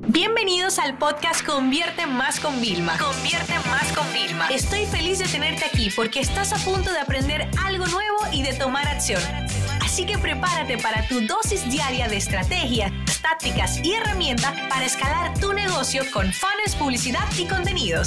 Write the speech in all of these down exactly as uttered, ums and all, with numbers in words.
Bienvenidos al podcast Convierte Más con Vilma. Convierte Más con Vilma. Estoy feliz de tenerte aquí porque estás a punto de aprender algo nuevo y de tomar acción. Así que prepárate para tu dosis diaria de estrategias, tácticas y herramientas para escalar tu negocio con funnels, publicidad y contenidos.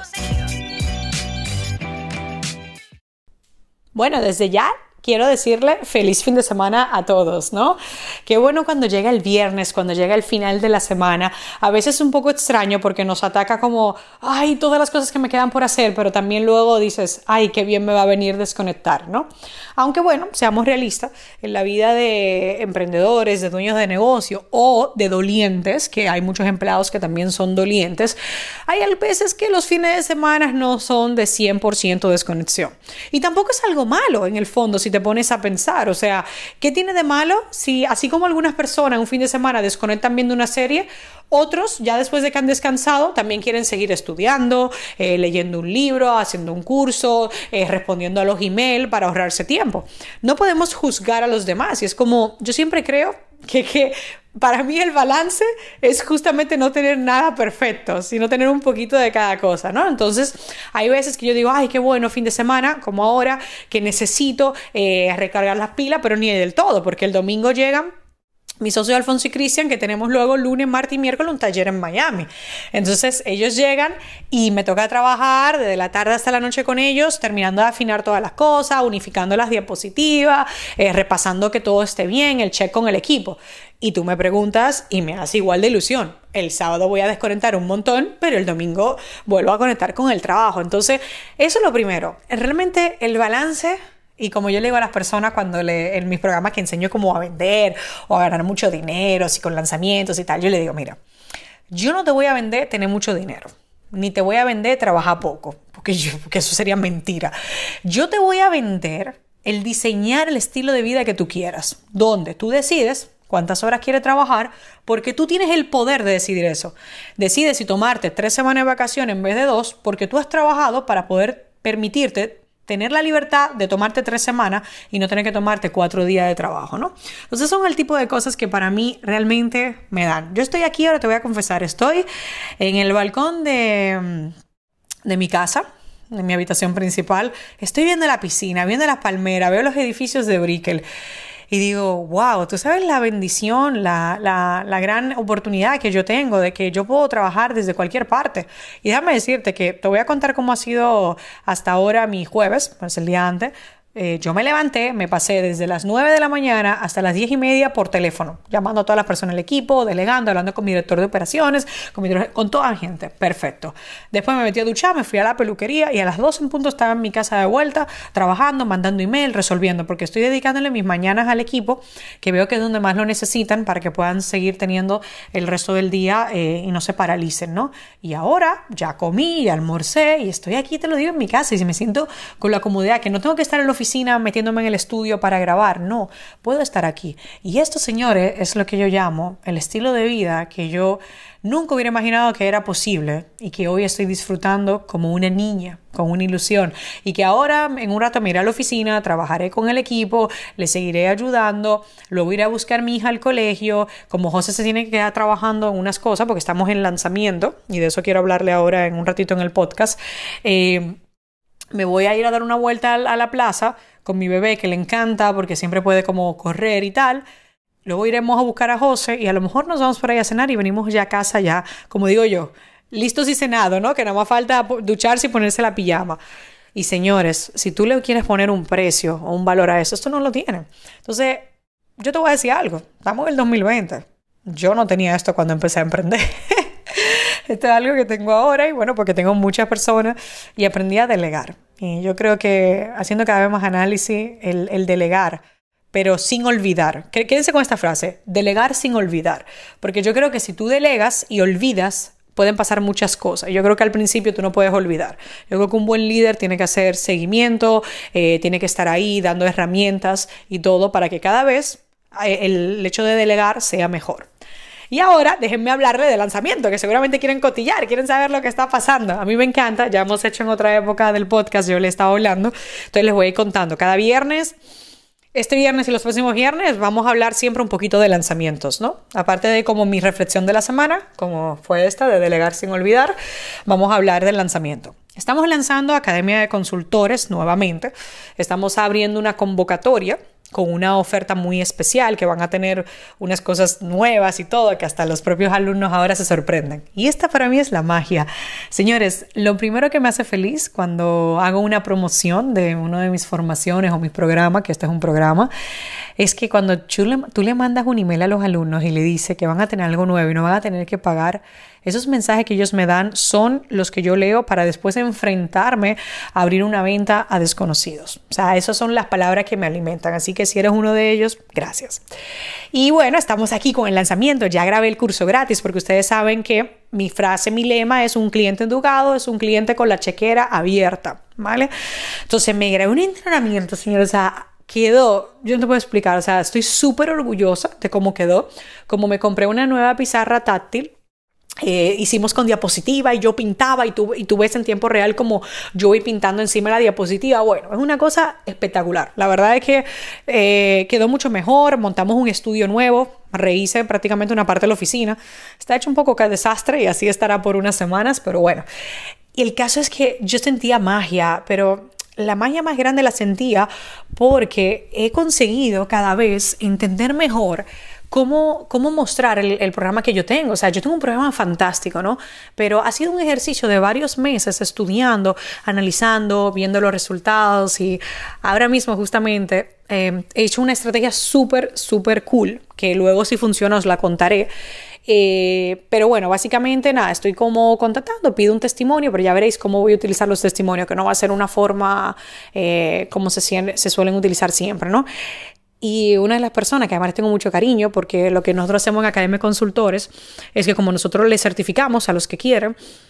Bueno, desde ya quiero decirle feliz fin de semana a todos, ¿no? Qué bueno cuando llega el viernes, cuando llega el final de la semana. A veces es un poco extraño porque nos ataca como, ay, todas las cosas que me quedan por hacer, pero también luego dices, ay, qué bien me va a venir desconectar, ¿no? Aunque bueno, seamos realistas, en la vida de emprendedores, de dueños de negocio o de dolientes, que hay muchos empleados que también son dolientes, hay veces que los fines de semana no son de cien por ciento desconexión. Y tampoco es algo malo en el fondo si te pones a pensar, o sea, ¿qué tiene de malo si así como algunas personas un fin de semana desconectan viendo una serie, otros ya después de que han descansado también quieren seguir estudiando, eh, leyendo un libro, haciendo un curso, eh, respondiendo a los emails para ahorrarse tiempo? No podemos juzgar a los demás y es como, yo siempre creo que, que para mí el balance es justamente no tener nada perfecto, sino tener un poquito de cada cosa, ¿no? Entonces, hay veces que yo digo, ay, qué bueno, fin de semana, como ahora, que necesito eh, recargar las pilas, pero ni del todo, porque el domingo llegan mi socio Alfonso y Cristian, que tenemos luego lunes, martes y miércoles un taller en Miami. Entonces ellos llegan y me toca trabajar desde la tarde hasta la noche con ellos, terminando de afinar todas las cosas, unificando las diapositivas, eh, repasando que todo esté bien, el check con el equipo. Y tú me preguntas y me hace igual de ilusión. El sábado voy a desconectar un montón, pero el domingo vuelvo a conectar con el trabajo. Entonces eso es lo primero. Realmente el balance... Y como yo le digo a las personas cuando le, en mis programas que enseño cómo a vender o a ganar mucho dinero, si con lanzamientos y tal, yo le digo, mira, yo no te voy a vender tener mucho dinero, ni te voy a vender trabajar poco, porque, yo, porque eso sería mentira. Yo te voy a vender el diseñar el estilo de vida que tú quieras, donde tú decides cuántas horas quieres trabajar, porque tú tienes el poder de decidir eso. Decides si tomarte tres semanas de vacaciones en vez de dos, porque tú has trabajado para poder permitirte tener la libertad de tomarte tres semanas y no tener que tomarte cuatro días de trabajo, ¿no? Entonces son el tipo de cosas que para mí realmente me dan. Yo estoy aquí, ahora te voy a confesar, estoy en el balcón de, de mi casa, en mi habitación principal. Estoy viendo la piscina, viendo las palmeras, veo los edificios de Brickell. Y digo, wow, tú sabes la bendición, la, la, la gran oportunidad que yo tengo de que yo puedo trabajar desde cualquier parte. Y déjame decirte que te voy a contar cómo ha sido hasta ahora mi jueves, pues el día antes. Eh, yo me levanté, me pasé desde las nueve de la mañana hasta las diez y media por teléfono, llamando a todas las personas del equipo, delegando, hablando con mi director de operaciones, con, mi, con toda la gente. Perfecto. Después me metí a duchar, me fui a la peluquería y a las dos en punto estaba en mi casa de vuelta, trabajando, mandando email, resolviendo, porque estoy dedicándole mis mañanas al equipo, que veo que es donde más lo necesitan para que puedan seguir teniendo el resto del día eh, y no se paralicen, ¿no? Y ahora ya comí, ya almorcé y estoy aquí, te lo digo, en mi casa y me siento con la comodidad que no tengo que estar en la oficina metiéndome en el estudio para grabar, no, puedo estar aquí. Y esto, señores, es lo que yo llamo el estilo de vida que yo nunca hubiera imaginado que era posible y que hoy estoy disfrutando como una niña, con una ilusión, y que ahora en un rato me iré a la oficina, trabajaré con el equipo, le seguiré ayudando, luego iré a buscar a mi hija al colegio, como José se tiene que quedar trabajando en unas cosas porque estamos en lanzamiento y de eso quiero hablarle ahora en un ratito en el podcast. eh, Me voy a ir a dar una vuelta a la plaza con mi bebé que le encanta porque siempre puede como correr y tal. Luego iremos a buscar a José y a lo mejor nos vamos por ahí a cenar y venimos ya a casa ya, como digo yo, listos y cenados, ¿no? Que nada más falta ducharse y ponerse la pijama. Y señores, si tú le quieres poner un precio o un valor a eso, esto no lo tiene. Entonces, yo te voy a decir algo. Estamos en el dos mil veinte. Yo no tenía esto cuando empecé a emprender. Esto es algo que tengo ahora y bueno, porque tengo muchas personas y aprendí a delegar. Y yo creo que haciendo cada vez más análisis, el, el delegar, pero sin olvidar. Quédense con esta frase, delegar sin olvidar. Porque yo creo que si tú delegas y olvidas, pueden pasar muchas cosas. Yo creo que al principio tú no puedes olvidar. Yo creo que un buen líder tiene que hacer seguimiento, eh, tiene que estar ahí dando herramientas y todo para que cada vez el hecho de delegar sea mejor. Y ahora déjenme hablarle de lanzamiento, que seguramente quieren cotillar, quieren saber lo que está pasando. A mí me encanta, ya hemos hecho en otra época del podcast, yo le he estado hablando, entonces les voy a ir contando. Cada viernes Este viernes y los próximos viernes vamos a hablar siempre un poquito de lanzamientos, ¿no? Aparte de como mi reflexión de la semana, como fue esta de delegar sin olvidar, vamos a hablar del lanzamiento. Estamos lanzando Academia de Consultores nuevamente. Estamos abriendo una convocatoria con una oferta muy especial, que van a tener unas cosas nuevas y todo, que hasta los propios alumnos ahora se sorprenden. Y esta para mí es la magia. Señores, lo primero que me hace feliz cuando hago una promoción de una de mis formaciones o mis programas, que este es un programa, es que cuando tú le, tú le mandas un email a los alumnos y le dices que van a tener algo nuevo y no van a tener que pagar, esos mensajes que ellos me dan son los que yo leo para después enfrentarme a abrir una venta a desconocidos. O sea, esas son las palabras que me alimentan. Así que si eres uno de ellos, gracias. Y bueno, estamos aquí con el lanzamiento. Ya grabé el curso gratis porque ustedes saben que mi frase, mi lema es: un cliente educado es un cliente con la chequera abierta, ¿vale? Entonces me grabé un entrenamiento, señores. O sea, quedó, yo no te puedo explicar. O sea, estoy súper orgullosa de cómo quedó. Como me compré una nueva pizarra táctil, Eh, hicimos con diapositiva y yo pintaba y tú, y tú ves en tiempo real como yo voy pintando encima de la diapositiva. Bueno, es una cosa espectacular. La verdad es que eh, quedó mucho mejor. Montamos un estudio nuevo, rehice prácticamente una parte de la oficina. Está hecho un poco que desastre y así estará por unas semanas, pero bueno. Y el caso es que yo sentía magia, pero la magia más grande la sentía porque he conseguido cada vez entender mejor Cómo, cómo mostrar el, el programa que yo tengo. O sea, yo tengo un programa fantástico, ¿no? Pero ha sido un ejercicio de varios meses estudiando, analizando, viendo los resultados, y ahora mismo justamente eh, he hecho una estrategia súper, súper cool, que luego si funciona os la contaré. Eh, pero bueno, básicamente nada, estoy como contactando, pido un testimonio, pero ya veréis cómo voy a utilizar los testimonios, que no va a ser una forma eh, como se, se suelen utilizar siempre, ¿no? Y una de las personas que además tengo mucho cariño, porque lo que nosotros hacemos en Academia de Consultores es que como nosotros les certificamos a los que quieren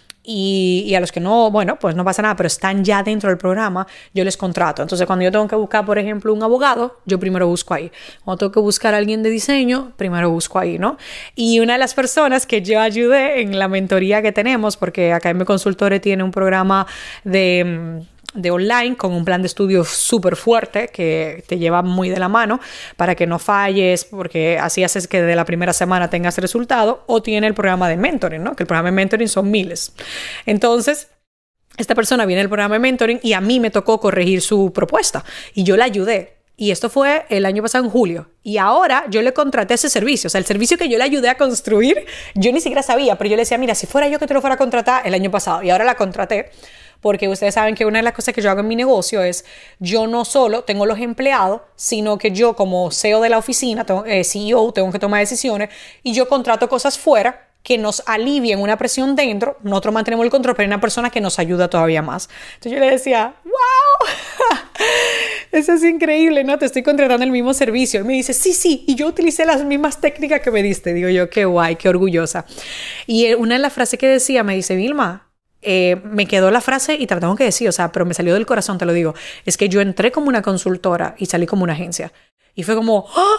y, y a los que no, bueno, pues no pasa nada, pero están ya dentro del programa, yo les contrato. Entonces cuando yo tengo que buscar, por ejemplo, un abogado, yo primero busco ahí. Cuando tengo que buscar a alguien de diseño, primero busco ahí, ¿no? Y una de las personas que yo ayudé en la mentoría que tenemos, porque Academia de Consultores tiene un programa de... de online con un plan de estudio súper fuerte que te lleva muy de la mano para que no falles, porque así haces que de la primera semana tengas resultado, o tiene el programa de mentoring, ¿no? Que el programa de mentoring son miles. Entonces, esta persona viene al programa de mentoring y a mí me tocó corregir su propuesta y yo la ayudé. Y esto fue el año pasado en julio. Y ahora yo le contraté ese servicio. O sea, el servicio que yo le ayudé a construir, yo ni siquiera sabía, pero yo le decía, mira, si fuera yo que te lo fuera a contratar el año pasado, y ahora la contraté. Porque ustedes saben que una de las cosas que yo hago en mi negocio es, yo no solo tengo los empleados, sino que yo como C E O de la oficina, tengo, eh, C E O, tengo que tomar decisiones, y yo contrato cosas fuera que nos alivien una presión dentro. Nosotros mantenemos el control, pero hay una persona que nos ayuda todavía más. Entonces yo le decía, ¡wow! Eso es increíble, ¿no? Te estoy contratando el mismo servicio. Y me dice, sí, sí, y yo utilicé las mismas técnicas que me diste. Digo yo, qué guay, qué orgullosa. Y una de las frases que decía, me dice, Vilma, Eh, me quedó la frase y te la tengo que decir, o sea, pero me salió del corazón, te lo digo. Es que yo entré como una consultora y salí como una agencia. Y fue como, ¡oh!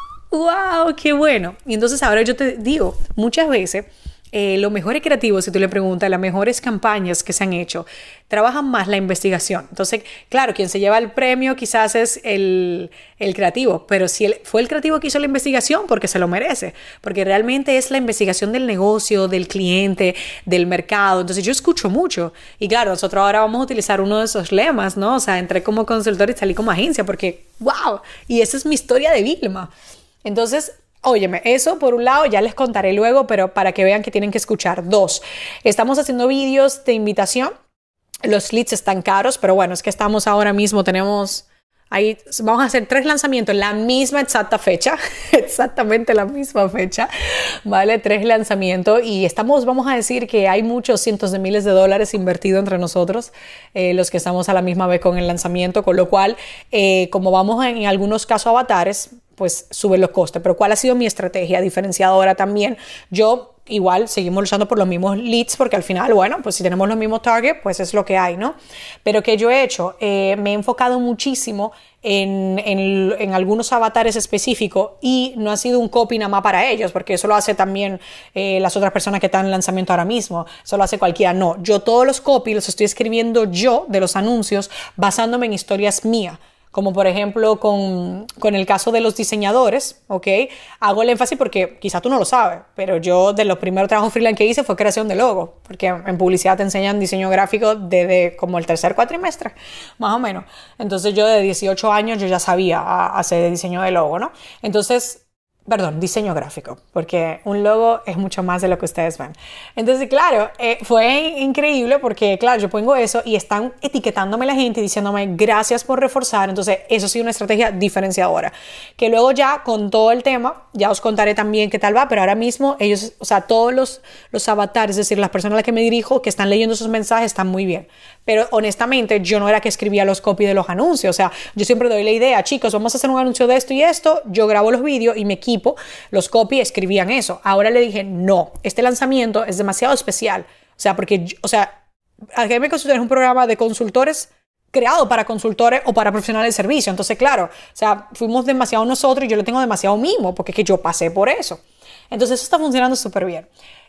¡Wow! ¡Qué bueno! Y entonces ahora yo te digo, muchas veces eh, los mejores creativos, si tú le preguntas, las mejores campañas que se han hecho, trabajan más la investigación. Entonces, claro, quien se lleva el premio quizás es el, el creativo, pero si él fue el creativo que hizo la investigación, porque se lo merece, porque realmente es la investigación del negocio, del cliente, del mercado. Entonces yo escucho mucho y claro, nosotros ahora vamos a utilizar uno de esos lemas, ¿no? O sea, entré como consultor y salí como agencia porque ¡wow! Y esa es mi historia de Vilma. Entonces, óyeme, eso por un lado ya les contaré luego, pero para que vean que tienen que escuchar. Dos, estamos haciendo vídeos de invitación. Los leads están caros, pero bueno, es que estamos ahora mismo, tenemos ahí, vamos a hacer tres lanzamientos en la misma exacta fecha, exactamente la misma fecha, ¿vale? Tres lanzamientos y estamos, vamos a decir que hay muchos cientos de miles de dólares invertidos entre nosotros, eh, los que estamos a la misma vez con el lanzamiento, con lo cual, eh, como vamos en, en algunos casos avatares, pues suben los costes. Pero ¿cuál ha sido mi estrategia diferenciadora también? Yo igual seguimos luchando por los mismos leads porque al final, bueno, pues si tenemos los mismos targets, pues es lo que hay, ¿no? Pero ¿qué yo he hecho? Eh, me he enfocado muchísimo en, en, en algunos avatares específicos y no ha sido un copy nada más para ellos, porque eso lo hace también eh, las otras personas que están en lanzamiento ahora mismo, eso lo hace cualquiera. No, yo todos los copy los estoy escribiendo yo de los anuncios basándome en historias mías. como por ejemplo con, con el caso de los diseñadores, ¿ok? Hago el énfasis porque quizá tú no lo sabes, pero yo de los primeros trabajos freelance que hice fue creación de logo, porque en publicidad te enseñan diseño gráfico desde como el tercer cuatrimestre, más o menos. Entonces yo de dieciocho años yo ya sabía hacer diseño de logo, ¿no? Entonces... Perdón, diseño gráfico, porque un logo es mucho más de lo que ustedes ven. Entonces, claro, eh, fue increíble porque, claro, yo pongo eso y están etiquetándome la gente y diciéndome gracias por reforzar. Entonces, eso sí es una estrategia diferenciadora. Que luego ya con todo el tema, ya os contaré también qué tal va, pero ahora mismo ellos, o sea, todos los, los avatares, es decir, las personas a las que me dirijo, que están leyendo esos mensajes, están muy bien. Pero honestamente, yo no era que escribía los copy de los anuncios. O sea, yo siempre doy la idea, chicos, vamos a hacer un anuncio de esto y esto, yo grabo los vídeos y me equipo los copy escribían eso. Ahora le dije, no, este lanzamiento es demasiado especial. O sea, porque, o sea, Academia Consultora es un programa de consultores creado para consultores o para profesionales de servicio. Entonces, claro, o sea, fuimos demasiado nosotros y yo le tengo demasiado mimo porque es que yo pasé por eso. Entonces, eso está funcionando súper bien.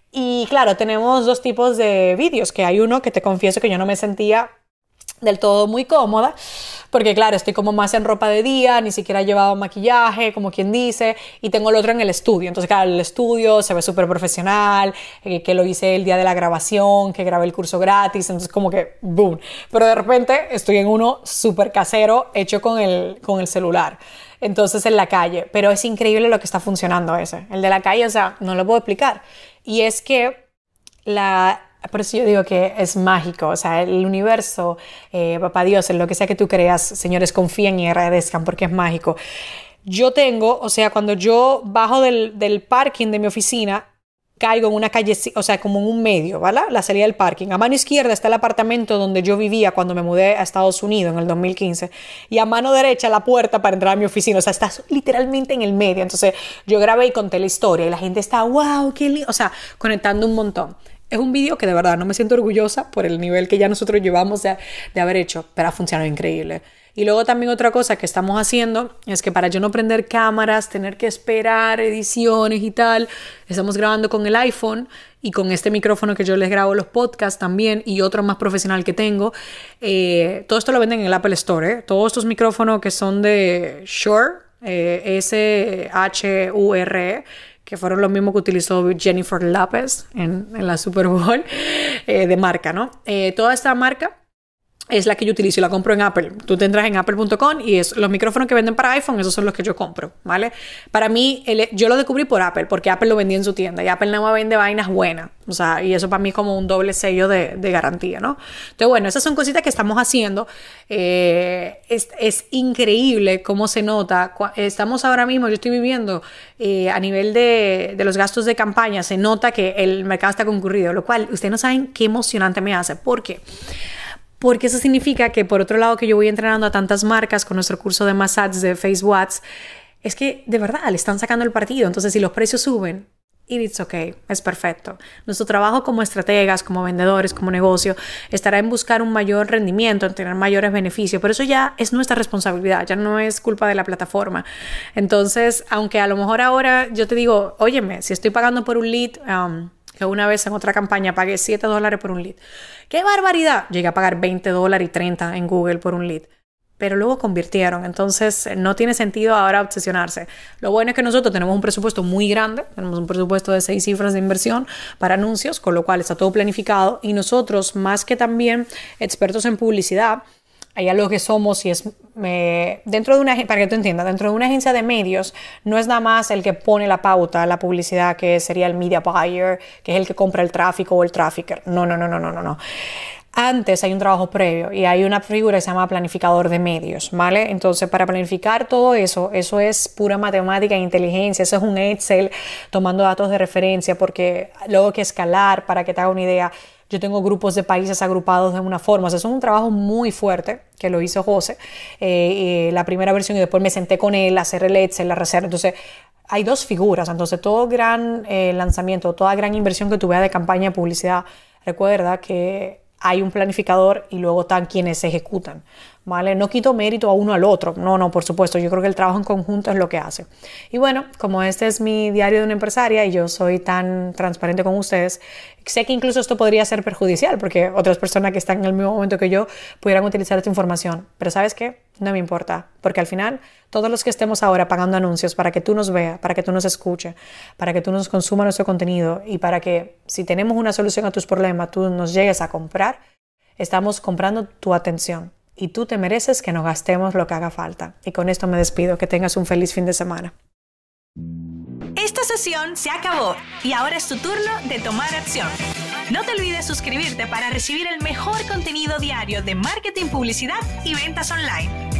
Y claro, tenemos dos tipos de vídeos, que hay uno que te confieso que yo no me sentía del todo muy cómoda, porque claro, estoy como más en ropa de día, ni siquiera he llevado maquillaje, como quien dice, y tengo el otro en el estudio. Entonces, claro, el estudio se ve súper profesional, eh, que lo hice el día de la grabación, que grabé el curso gratis, entonces como que boom. Pero de repente estoy en uno súper casero, hecho con el, con el celular. Entonces, en la calle. Pero es increíble lo que está funcionando ese. El de la calle, o sea, no lo puedo explicar. Y es que la... Por eso yo digo que es mágico, o sea, el universo, eh, papá Dios, en lo que sea que tú creas, señores, confíen y agradezcan porque es mágico. Yo tengo, o sea, cuando yo bajo del, del parking de mi oficina, caigo en una calle, o sea, como en un medio, ¿vale? La salida del parking. A mano izquierda está el apartamento donde yo vivía cuando me mudé a Estados Unidos en el dos mil quince. Y a mano derecha la puerta para entrar a mi oficina. O sea, estás literalmente en el medio. Entonces, yo grabé y conté la historia y la gente está, wow, qué lindo. O sea, conectando un montón. Es un vídeo que de verdad no me siento orgullosa por el nivel que ya nosotros llevamos de, de haber hecho, pero ha funcionado increíble. Y luego también otra cosa que estamos haciendo es que para yo no prender cámaras, tener que esperar ediciones y tal, estamos grabando con el iPhone y con este micrófono que yo les grabo los podcasts también y otro más profesional que tengo. Eh, todo esto lo venden en el Apple Store, ¿eh? Todos estos micrófonos que son de Shure, eh, S H U R E, que fueron los mismos que utilizó Jennifer Lopez en, en la Super Bowl, eh, de marca, ¿no? Eh, toda esta marca es la que yo utilizo y la compro en Apple. Tú te entras en apple punto com y es, los micrófonos que venden para iPhone, esos son los que yo compro, ¿vale? Para mí, el, yo lo descubrí por Apple, porque Apple lo vendía en su tienda y Apple no vende vainas buenas. O sea, y eso para mí es como un doble sello de, de garantía, ¿no? Entonces, bueno, esas son cositas que estamos haciendo. Eh, es, es increíble cómo se nota. Estamos ahora mismo, yo estoy viviendo eh, a nivel de, de los gastos de campaña, se nota que el mercado está concurrido, lo cual ustedes no saben qué emocionante me hace. ¿Por qué? Porque eso significa que, por otro lado, que yo voy entrenando a tantas marcas con nuestro curso de Más Ads de Facebook, es que de verdad le están sacando el partido. Entonces, si los precios suben, it's okay, es perfecto. Nuestro trabajo como estrategas, como vendedores, como negocio, estará en buscar un mayor rendimiento, en tener mayores beneficios, pero eso ya es nuestra responsabilidad, ya no es culpa de la plataforma. Entonces, aunque a lo mejor ahora yo te digo, óyeme, si estoy pagando por un lead, um, que una vez en otra campaña pagué siete dólares por un lead. ¡Qué barbaridad! Llegué a pagar veinte dólares y treinta en Google por un lead. Pero luego convirtieron, entonces no tiene sentido ahora obsesionarse. Lo bueno es que nosotros tenemos un presupuesto muy grande, tenemos un presupuesto de seis cifras de inversión para anuncios, con lo cual está todo planificado y nosotros, más que también expertos en publicidad, hay algo que somos y es, eh, dentro de una, para que tú entiendas, dentro de una agencia de medios no es nada más el que pone la pauta, la publicidad, que sería el media buyer, que es el que compra el tráfico o el trafficker. No, no, no, no, no, no, no. Antes hay un trabajo previo y hay una figura que se llama planificador de medios, ¿vale? Entonces, para planificar todo eso, eso es pura matemática e inteligencia, eso es un Excel tomando datos de referencia, porque luego hay que escalar para que te haga una idea. Yo tengo grupos de países agrupados de una forma. O sea, eso es un trabajo muy fuerte que lo hizo José, eh, eh, la primera versión, y después me senté con él a hacer el Excel, la reserva. Entonces, hay dos figuras. Entonces, todo gran eh, lanzamiento, toda gran inversión que tú veas de campaña de publicidad, recuerda que hay un planificador y luego están quienes se ejecutan, ¿vale? No quito mérito a uno al otro, no, no, por supuesto, yo creo que el trabajo en conjunto es lo que hace. Y bueno, como este es mi diario de una empresaria y yo soy tan transparente con ustedes, sé que incluso esto podría ser perjudicial porque otras personas que están en el mismo momento que yo pudieran utilizar esta información, pero ¿sabes qué? No me importa, porque al final todos los que estemos ahora pagando anuncios para que tú nos veas, para que tú nos escuches, para que tú nos consumas nuestro contenido y para que si tenemos una solución a tus problemas tú nos llegues a comprar, estamos comprando tu atención y tú te mereces que nos gastemos lo que haga falta. Y con esto me despido, que tengas un feliz fin de semana. Esta sesión se acabó y ahora es tu turno de tomar acción. No te olvides suscribirte para recibir el mejor contenido diario de marketing, publicidad y ventas online.